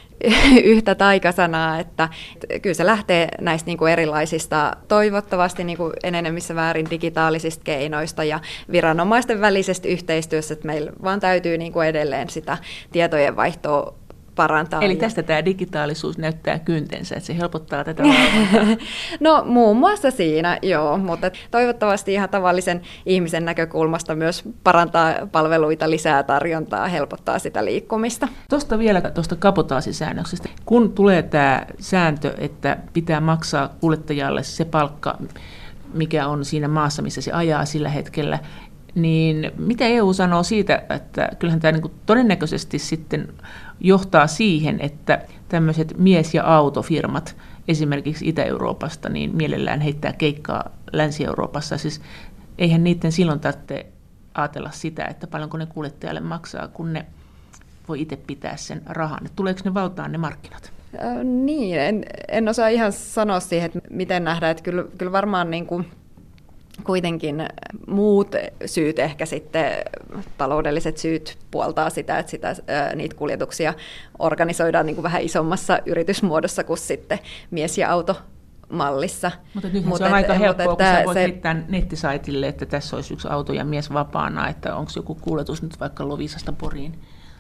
yhtä taikasanaa, että kyllä se lähtee näistä niin kuin erilaisista, toivottavasti niin kuin enenevissä väärin digitaalisista keinoista ja viranomaisten välisestä yhteistyössä, että meillä vaan täytyy niin kuin edelleen sitä tietojen vaihtoa parantaa. Eli tästä tämä digitaalisuus näyttää kyntensä, että se helpottaa tätä valvontaa. No muun muassa siinä, joo, mutta toivottavasti ihan tavallisen ihmisen näkökulmasta myös parantaa palveluita, lisää tarjontaa, helpottaa sitä liikkumista. Tuosta vielä tuosta kabotaasisäännöksestä. Kun tulee tämä sääntö, että pitää maksaa kuljettajalle se palkka, mikä on siinä maassa, missä se ajaa sillä hetkellä, Niin mitä E U sanoo siitä, että kyllähän tämä niin kuin todennäköisesti sitten johtaa siihen, että tämmöiset mies- ja autofirmat esimerkiksi Itä-Euroopasta niin mielellään heittää keikkaa Länsi-Euroopassa. Siis eihän niiden silloin tarvitse ajatella sitä, että paljonko ne kuljettajalle maksaa, kun ne voi itse pitää sen rahan. Tuleeko ne valtaan ne markkinat? Äh, niin, en, en osaa ihan sanoa siihen, että miten nähdään. Että kyllä, kyllä varmaan niin kuin kuitenkin muut syyt, ehkä sitten taloudelliset syyt puoltaa sitä, että sitä, ää, niitä kuljetuksia organisoidaan niin kuin vähän isommassa yritysmuodossa kuin sitten mies- ja automallissa. Mutta nythän Mut se on et, aika helppoa, kun sä voit se heittää nettisaitille, että tässä olisi yksi auto ja mies vapaana, että onko joku kuljetus nyt vaikka Loviisasta Poriin.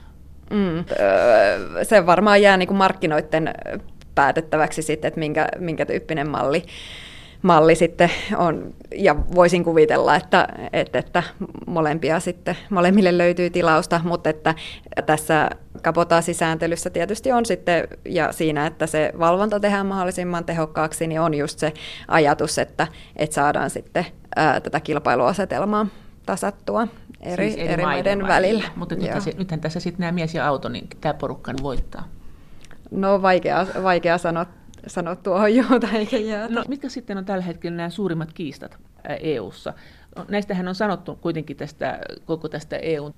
Mm, se varmaan jää niin kuin markkinoiden päätettäväksi sitten, että minkä, minkä tyyppinen malli. malli sitten on, ja voisin kuvitella, että, että, että molempia sitten, molemmille löytyy tilausta, mutta että tässä kabotaasisääntelyssä tietysti on sitten, ja siinä, että se valvonta tehdään mahdollisimman tehokkaaksi, niin on just se ajatus, että, että saadaan sitten ää, tätä kilpailuasetelmaa tasattua eri, siis eri, eri maiden, maiden välillä. välillä. Mutta nythän, se, nythän tässä sitten nämä mies ja auto, niin tämä porukka voittaa. No vaikea, vaikea sanoa. Sano tuohon juuta eikä jäätä. No, mitkä sitten on tällä hetkellä nämä suurimmat kiistat E U:ssa? No, näistähän on sanottu kuitenkin tästä, koko tästä E U:n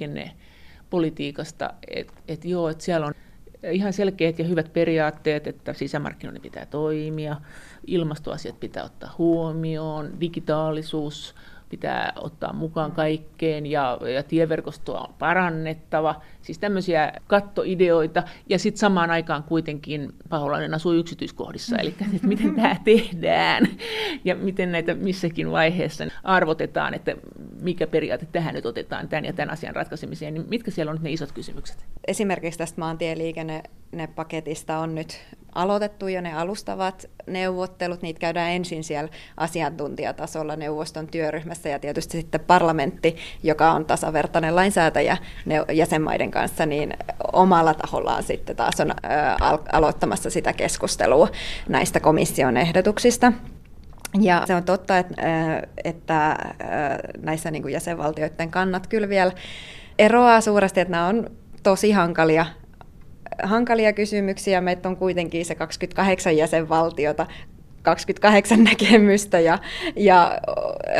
liikennepolitiikasta, että et joo, että siellä on ihan selkeät ja hyvät periaatteet, että sisämarkkinoiden pitää toimia, ilmastoasiat pitää ottaa huomioon, digitaalisuus pitää ottaa mukaan kaikkeen ja, ja tieverkostoa on parannettava. Siis tämmöisiä kattoideoita ja sitten samaan aikaan kuitenkin paholainen asuu yksityiskohdissa, eli että miten tämä tehdään ja miten näitä missäkin vaiheessa arvotetaan, että mikä periaate tähän nyt otetaan tämän ja tämän asian ratkaisemiseen, niin mitkä siellä on nyt ne isot kysymykset? Esimerkiksi tästä maantieliikennepaketista on nyt aloitettu jo ne alustavat neuvottelut, niitä käydään ensin siellä asiantuntijatasolla neuvoston työryhmässä ja tietysti sitten parlamentti, joka on tasavertainen lainsäätäjä jäsenmaiden kanssa, niin omalla tahollaan sitten taas on aloittamassa sitä keskustelua näistä komission ehdotuksista. Ja se on totta, että, että näissä niin kuin jäsenvaltioiden kannat kyllä vielä eroaa suuresti, että nämä on tosi hankalia hankalia kysymyksiä. Meitä on kuitenkin se kaksikymmentäkahdeksan jäsenvaltiota, kaksikymmentäkahdeksan näkemystä ja, ja ö,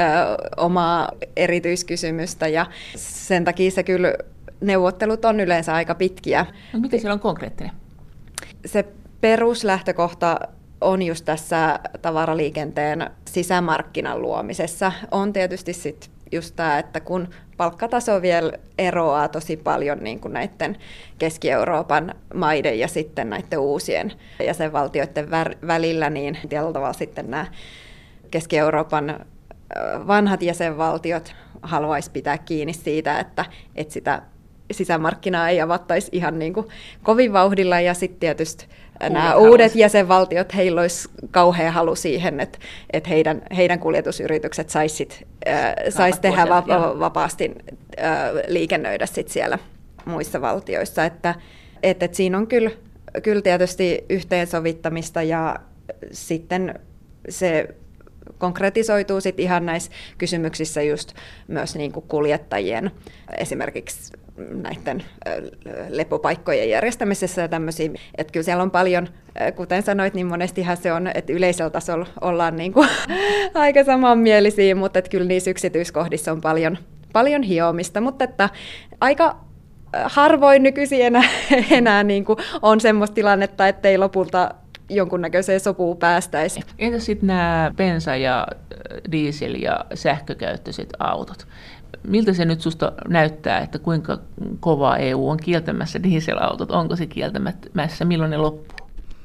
omaa erityiskysymystä. Ja sen takia se kyllä neuvottelut on yleensä aika pitkiä. No, miten siellä on konkreettinen? Se peruslähtökohta on just tässä tavaraliikenteen sisämarkkinan luomisessa. On tietysti sitten just tämä, että kun palkkataso vielä eroaa tosi paljon niin kuin näiden Keski-Euroopan maiden ja sitten näiden uusien jäsenvaltioiden välillä, niin tietyllä tavalla sitten nämä Keski-Euroopan vanhat jäsenvaltiot haluaisi pitää kiinni siitä, että, että sitä sisämarkkinaa ei avattaisi ihan niin kuin kovin vauhdilla, ja sitten tietysti Uudet nämä haluaisi. Uudet jäsenvaltiot, heillä olisi kauhea halu siihen, että, että heidän, heidän kuljetusyritykset saisivat äh, sais tehdä va- va- vapaasti äh, liikennöidä sit siellä muissa valtioissa. Että, et, et siinä on kyllä, kyllä tietysti yhteensovittamista, ja sitten se konkretisoituu sit ihan näissä kysymyksissä just myös niin kuin kuljettajien esimerkiksi näiden lepopaikkojen järjestämisessä ja tämmöisiä. Että kyllä siellä on paljon, kuten sanoit, niin monestihan se on, että yleisellä tasolla ollaan niin kuin aika samanmielisiä, mutta että kyllä niissä yksityiskohdissa on paljon, paljon hiomista, mutta että aika harvoin nykyisin enää, enää niin kuin on semmoista tilannetta, ettei lopulta jonkunnäköiseen sopuun päästäisi. Entä sitten nämä bensa- ja diesel- ja sähkökäyttöiset autot? Miltä se nyt susta näyttää, että kuinka kova E U on kieltämässä dieselautot? Onko se kieltämässä? Milloin ne loppuu?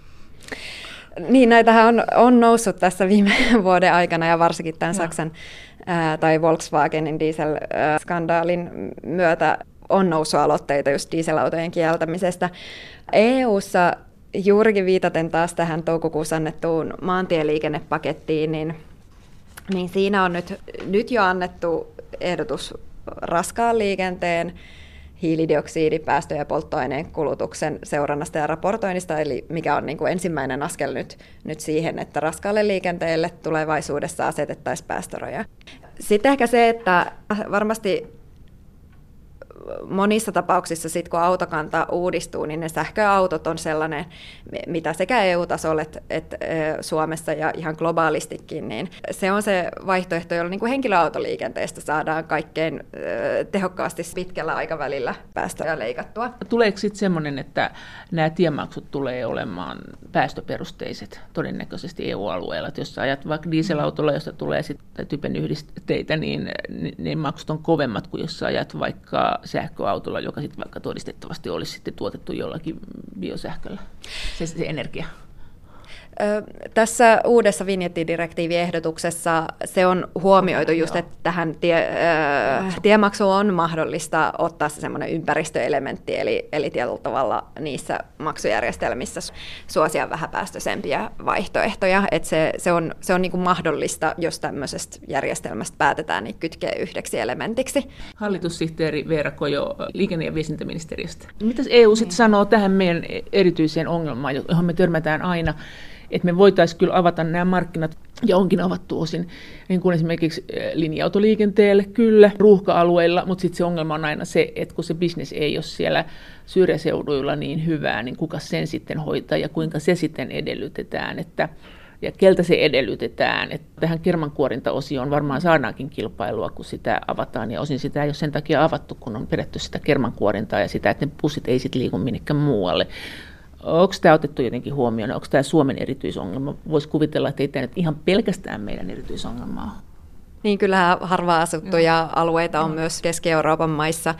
Niin, näitähän on, on noussut tässä viime vuoden aikana, ja varsinkin tämän no. Saksan ää, tai Volkswagenin dieselskandaalin myötä on noussut aloitteita just dieselautojen kieltämisestä. E U:ssa juurikin viitaten taas tähän toukokuussa annettuun maantieliikennepakettiin, niin, niin siinä on nyt, nyt jo annettu ehdotus raskaan liikenteen hiilidioksidipäästö- ja polttoaineen kulutuksen seurannasta ja raportoinnista, eli mikä on niin kuin ensimmäinen askel nyt, nyt siihen, että raskaalle liikenteelle tulevaisuudessa asetettaisiin päästöraja. Sitten ehkä se, että varmasti monissa tapauksissa, sit kun autokanta uudistuu, niin ne sähköautot on sellainen, mitä sekä E U-tasolla että, että Suomessa ja ihan globaalistikin, niin se on se vaihtoehto, jolla niin kuin henkilöautoliikenteestä saadaan kaikkein tehokkaasti pitkällä aikavälillä päästöjä leikattua. Tuleeko sitten semmoinen, että nämä tiemaksut tulee olemaan päästöperusteiset todennäköisesti E U-alueella, että jos ajat vaikka dieselautolla, josta tulee sitten typen yhdisteitä, niin ne maksut on kovemmat kuin jos ajat vaikka sähköautolla, joka sitten vaikka todistettavasti olisi sitten tuotettu jollakin biosähköllä, se, se energia. Tässä uudessa vinjettidirektiiviehdotuksessa se on huomioitu just, että tähän tie, äh, tiemaksuun on mahdollista ottaa se semmoinen ympäristöelementti, eli, eli tietyllä tavalla niissä maksujärjestelmissä suosia vähäpäästöisempiä vaihtoehtoja. Että se, se on, se on niin kuin mahdollista, jos tämmöisestä järjestelmästä päätetään, niin kytkee yhdeksi elementiksi. Hallitussihteeri Veera Kojo liikenne- ja viestintäministeriöstä. Mitäs E U sitten sanoo tähän meidän erityiseen ongelmaan, johon me törmätään aina, että me voitaisiin kyllä avata nämä markkinat, ja onkin avattu osin, niin kuin esimerkiksi linja-autoliikenteelle, kyllä, ruuhka-alueilla, mutta sitten se ongelma on aina se, että kun se bisnes ei ole siellä syrjäseuduilla niin hyvää, niin kuka sen sitten hoitaa ja kuinka se sitten edellytetään, että, ja keltä se edellytetään. Että tähän kermankuorintaosioon varmaan saadaankin kilpailua, kun sitä avataan, ja osin sitä ei ole sen takia avattu, kun on pidetty sitä kermankuorintaa ja sitä, että ne bussit ei sitten liiku minnekään muualle. Onko tämä otettu jotenkin huomioon? Onko tämä Suomen erityisongelma? Voisi kuvitella, että ei tämä nyt ihan pelkästään meidän erityisongelma ole. Niin, kyllähän harvaan asuttuja Joo. alueita on Joo. myös Keski-Euroopan maissa.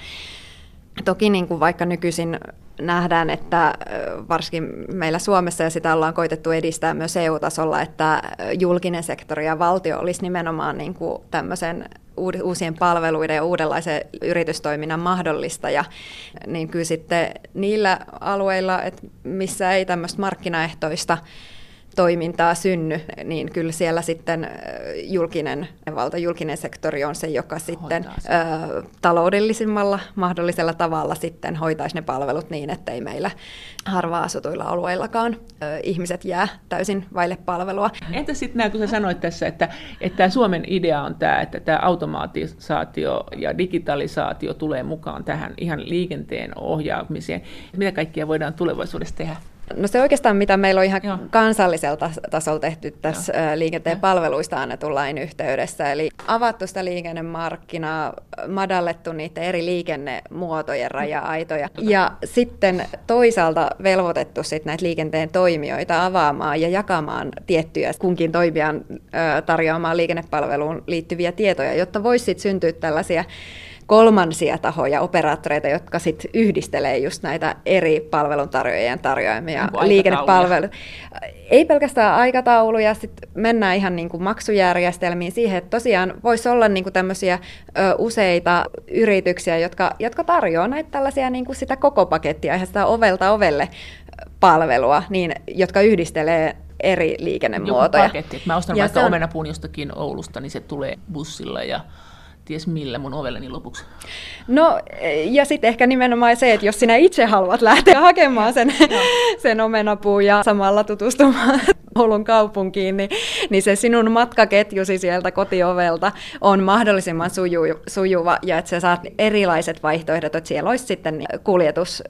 Toki niin kuin vaikka nykyisin nähdään, että varsinkin meillä Suomessa, ja sitä ollaan koitettu edistää myös E U-tasolla, että julkinen sektori ja valtio olisi nimenomaan niin kuin tämmöisen uusien palveluiden ja uudenlaisen yritystoiminnan mahdollistaja, niin kyllä sitten niillä alueilla, että missä ei tämmöistä markkinaehtoista toimintaa synny, niin kyllä siellä sitten julkinen valta, julkinen sektori on se, joka sitten ö, taloudellisimmalla mahdollisella tavalla sitten hoitaisi ne palvelut niin, ettei meillä harva-asutuilla alueillakaan ö, ihmiset jää täysin vaille palvelua. Entä sitten nämä, kun sä sanoit tässä, että, että tämä Suomen idea on tämä, että tämä automatisaatio ja digitalisaatio tulee mukaan tähän ihan liikenteen ohjaamiseen. Mitä kaikkia voidaan tulevaisuudessa tehdä? No se oikeastaan, mitä meillä on ihan Joo. kansalliselta tasolla tehty tässä Joo. liikenteen palveluista annetun lain yhteydessä, eli avattu sitä liikennemarkkinaa, madallettu niitä eri liikennemuotojen raja-aitoja, ja sitten toisaalta velvoitettu sit näitä liikenteen toimijoita avaamaan ja jakamaan tiettyjä kunkin toimijan tarjoamaan liikennepalveluun liittyviä tietoja, jotta voisi sitten syntyä tällaisia kolmansia tahoja, operaattoreita, jotka sitten yhdistelee just näitä eri palveluntarjoajien tarjoamia liikennepalveluita. Ei pelkästään aikatauluja, sitten mennään ihan niin kuin maksujärjestelmiin siihen, että tosiaan voisi olla niin kuin tämmöisiä ö, useita yrityksiä, jotka, jotka tarjoaa näitä tällaisia niin kuin sitä koko pakettia, ihan sitä ovelta ovelle palvelua, niin, jotka yhdistelee eri liikennemuotoja. Joku paketti. Mä ostan ja vaikka on omenapuun jostakin Oulusta, niin se tulee bussilla ja ties millä mun ovelleni lopuksi. No ja sitten ehkä nimenomaan se, että jos sinä itse haluat lähteä hakemaan sen, sen omenapuun ja samalla tutustumaan Oulun kaupunkiin, niin, niin se sinun matkaketjusi sieltä kotiovelta on mahdollisimman suju, sujuva ja että sä saat erilaiset vaihtoehdot, että siellä olisi sitten kuljetus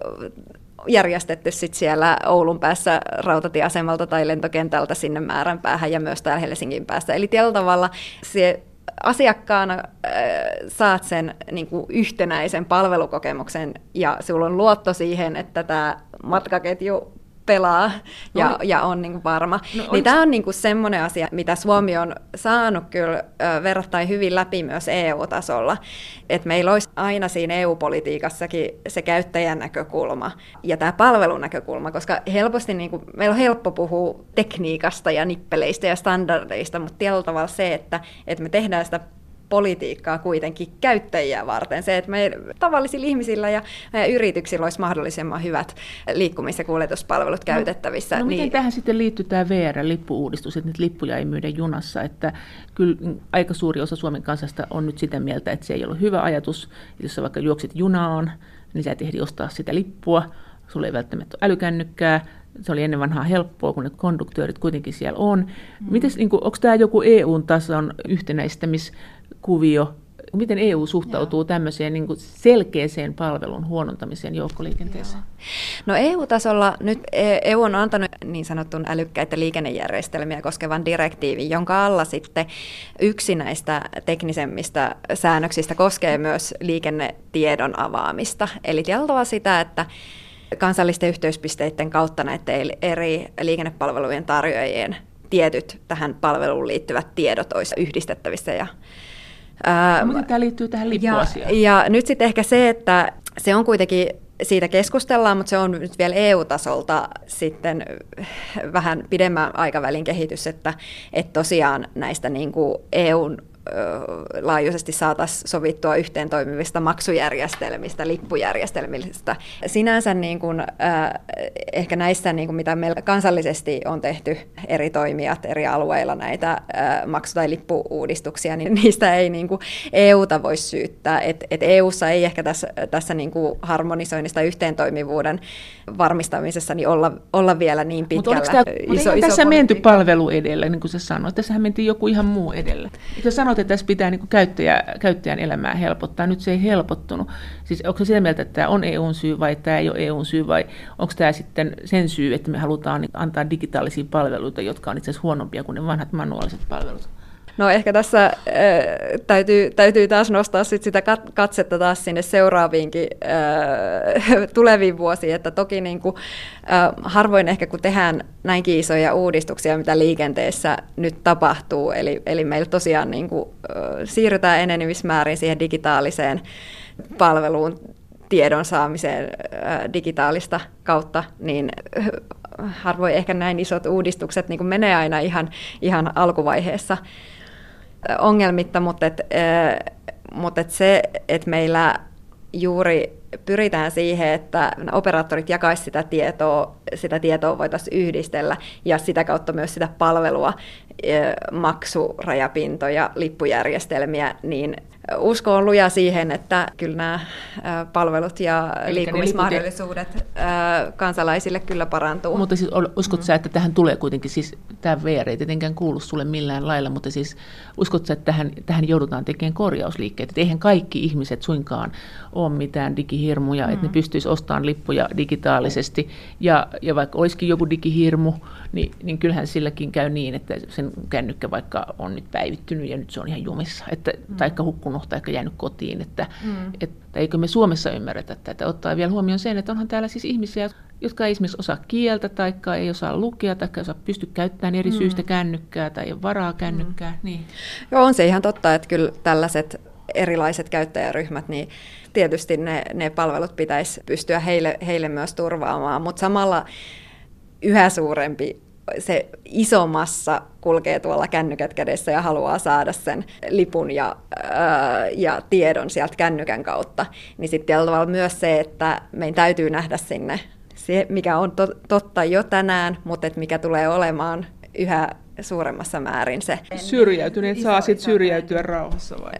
järjestetty sit siellä Oulun päässä rautatieasemalta tai lentokentältä sinne Määränpäähän ja myös täällä Helsingin päässä. Eli tällä tavalla se asiakkaana äh, saat sen niin kuin yhtenäisen palvelukokemuksen ja sulla on luotto siihen, että tämä matkaketju pelaa ja, no, ja on niin kuin varma. No, niin tämä on niin kuin semmoinen asia, mitä Suomi on saanut kyllä äh, verrattain hyvin läpi myös E U-tasolla. Että meillä olisi aina siinä E U-politiikassakin se käyttäjän näkökulma ja tämä palvelun näkökulma, koska helposti niin kuin, meillä on helppo puhua tekniikasta ja nippeleistä ja standardeista, mutta tietyllä tavalla se, että, että me tehdään sitä politiikkaa kuitenkin käyttäjiä varten. Se, että meidän tavallisilla ihmisillä ja meidän yrityksillä olisi mahdollisimman hyvät liikkumis- ja kuljetuspalvelut käytettävissä. No, no niin miten tähän sitten liittyy tämä V R-lippu-uudistus, että nyt lippuja ei myydä junassa, että kyllä aika suuri osa Suomen kansasta on nyt sitä mieltä, että se ei ole hyvä ajatus, jos sä vaikka juoksit junaan, niin sä et ehdi ostaa sitä lippua, sulla ei välttämättä ole älykännykkää, Se oli ennen vanhaa helppoa, kun ne konduktöörit kuitenkin siellä on. Mm. Mites, niin kuin, onko tämä joku E U-tason yhtenäistämiskuvio? Miten E U suhtautuu Joo. tämmöiseen niin kuin selkeäseen palvelun huonontamiseen joukkoliikenteessä? Joo. No E U-tasolla nyt E U on antanut niin sanotun älykkäitä liikennejärjestelmiä koskevan direktiivin, jonka alla sitten yksi näistä teknisemmistä säännöksistä koskee myös liikennetiedon avaamista. Eli tietoa sitä, että kansallisten yhteyspisteiden kautta näiden eri liikennepalvelujen tarjoajien tietyt tähän palveluun liittyvät tiedot olisi yhdistettävissä. Ja, ää, Miten tämä liittyy tähän lippuasiaan? Ja, ja nyt sitten ehkä se, että se on kuitenkin, siitä keskustellaan, mutta se on nyt vielä E U-tasolta sitten vähän pidemmän aikavälin kehitys, että, että tosiaan näistä niin kuin E U:n laajuisesti saataisiin sovittua yhteen toimivista maksujärjestelmistä, lippujärjestelmistä. Sinänsä niin kuin, äh, ehkä näissä, niin kuin mitä meillä kansallisesti on tehty eri toimijat eri alueilla näitä äh, maksu- tai lippu-uudistuksia, niin niistä ei niin kuin E U:ta voi syyttää. Et, et E U:ssa ei ehkä tässä, tässä niin kuin harmonisoinnista yhteentoimivuuden varmistamisessa niin olla, olla vielä niin pitkällä. Mutta oliko tämä, iso, iso tässä menty palvelu edellä, niin kuin sä sanoit? Tässähän mentiin joku ihan muu edellä. Sä sanoit, että tässä pitää niin kuin käyttäjä, käyttäjän elämää helpottaa. Nyt se ei helpottunut. Siis onko se sitä mieltä, että tämä on E U:n syy vai tämä ei ole E U:n syy vai onko tämä sitten sen syy, että me halutaan antaa digitaalisia palveluita, jotka on itse asiassa huonompia kuin ne vanhat manuaaliset palvelut? No ehkä tässä äh, täytyy, täytyy taas nostaa sit sitä katsetta taas sinne seuraaviinkin äh, tuleviin vuosiin, että toki niin kuin, äh, harvoin ehkä kun tehdään näinkin isoja uudistuksia, mitä liikenteessä nyt tapahtuu, eli, eli meillä tosiaan niin kuin, äh, siirrytään enenemismäärin siihen digitaaliseen palveluun, tiedon saamiseen äh, digitaalista kautta, niin äh, harvoin ehkä näin isot uudistukset niin kuin menee aina ihan, ihan alkuvaiheessa ongelmitta, mutta, et, mutta et se, että meillä juuri pyritään siihen, että operaattorit jakaisivat sitä tietoa, sitä tietoa voitaisiin yhdistellä ja sitä kautta myös sitä palvelua, maksurajapintoja, lippujärjestelmiä, niin usko on luja siihen, että kyllä nämä palvelut ja eli liikkumismahdollisuudet kansalaisille kyllä parantuu. Mutta siis uskot mm. sä, että tähän tulee kuitenkin, siis tämä V R ei tietenkään kuulu sulle millään lailla, mutta siis uskot sä, että tähän, tähän joudutaan tekemään korjausliikkeet, että eihän kaikki ihmiset suinkaan ole mitään digihirmuja, mm. että ne pystyisivät ostamaan lippuja digitaalisesti ja, ja vaikka olisikin joku digihirmu, niin, niin kyllähän silläkin käy niin, että sen kännykkä vaikka on nyt päivittynyt ja nyt se on ihan jumissa, että, mm. taikka hukkunut, taikka jäänyt kotiin, että, mm. että eikö me Suomessa ymmärretä tätä, ottaa vielä huomioon sen, että onhan täällä siis ihmisiä, jotka ei esimerkiksi osaa kieltä, taikka ei osaa lukea, taikka ei osaa pysty käyttämään eri mm. syystä kännykkää, tai ei ole varaa kännykkää. Mm. Niin. Joo, on se ihan totta, että kyllä tällaiset erilaiset käyttäjäryhmät, niin tietysti ne, ne palvelut pitäisi pystyä heille, heille myös turvaamaan, mutta samalla yhä suurempi se iso massa kulkee tuolla kännykät kädessä ja haluaa saada sen lipun ja, ää, ja tiedon sieltä kännykän kautta, niin sitten tällä tavalla myös se, että meidän täytyy nähdä sinne se, mikä on to, totta jo tänään, mutta et mikä tulee olemaan yhä suuremmassa määrin se. Syrjäytyneet saa sitten syrjäytyä rauhassa vai?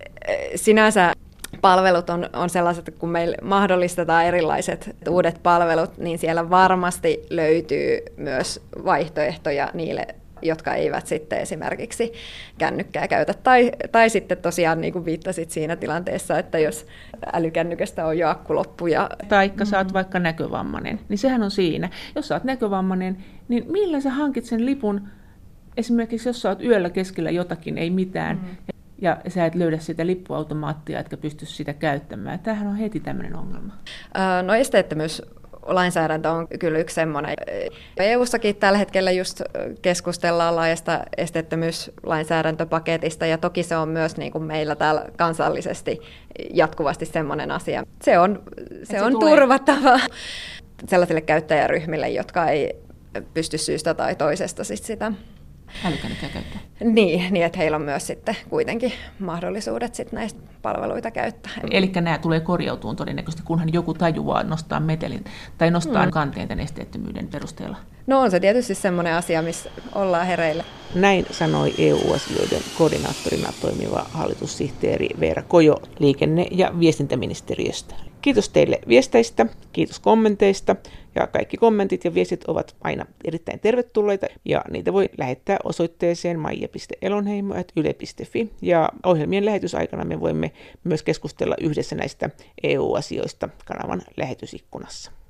Sinänsä palvelut on, on sellaiset, että kun meillä mahdollistetaan erilaiset uudet palvelut, niin siellä varmasti löytyy myös vaihtoehtoja niille, jotka eivät sitten esimerkiksi kännykkää käytä. Tai, tai sitten tosiaan, niin kuin viittasit siinä tilanteessa, että jos älykännykästä on jo akku loppu. Ja taikka sä oot vaikka näkövammainen, niin sehän on siinä. Jos sä oot näkövammainen, niin millä sä hankit sen lipun, esimerkiksi jos sä oot yöllä keskellä jotakin, ei mitään, mm. ja sä et löydä sitä lippuautomaattia, etkä pysty sitä käyttämään. Tämähän on heti tämmöinen ongelma. No esteettömyyslainsäädäntö on kyllä yksi semmoinen. E U:ssakin tällä hetkellä just keskustellaan laajasta esteettömyyslainsäädäntöpaketista, ja toki se on myös niin kuin meillä täällä kansallisesti jatkuvasti semmoinen asia. Se on, se se on turvattava sellaisille käyttäjäryhmille, jotka ei pysty syystä tai toisesta sit sitä älykännykkää käyttää. Niin, niin, että heillä on myös sitten kuitenkin mahdollisuudet sitten näistä palveluita käyttää. Eli nämä tulee korjautumaan todennäköisesti, kunhan joku tajuaa nostaa metelin tai nostaa mm. kanteen tämän esteettömyyden perusteella. No on se tietysti semmoinen asia, missä ollaan hereillä. Näin sanoi E U-asioiden koordinaattorina toimiva hallitussihteeri Veera Kojo liikenne- ja viestintäministeriöstä. Kiitos teille viesteistä, kiitos kommenteista ja kaikki kommentit ja viestit ovat aina erittäin tervetulleita ja niitä voi lähettää osoitteeseen maija piste elonheimo ät yle piste fi ja ohjelmien lähetysaikana me voimme myös keskustella yhdessä näistä E U-asioista kanavan lähetysikkunassa.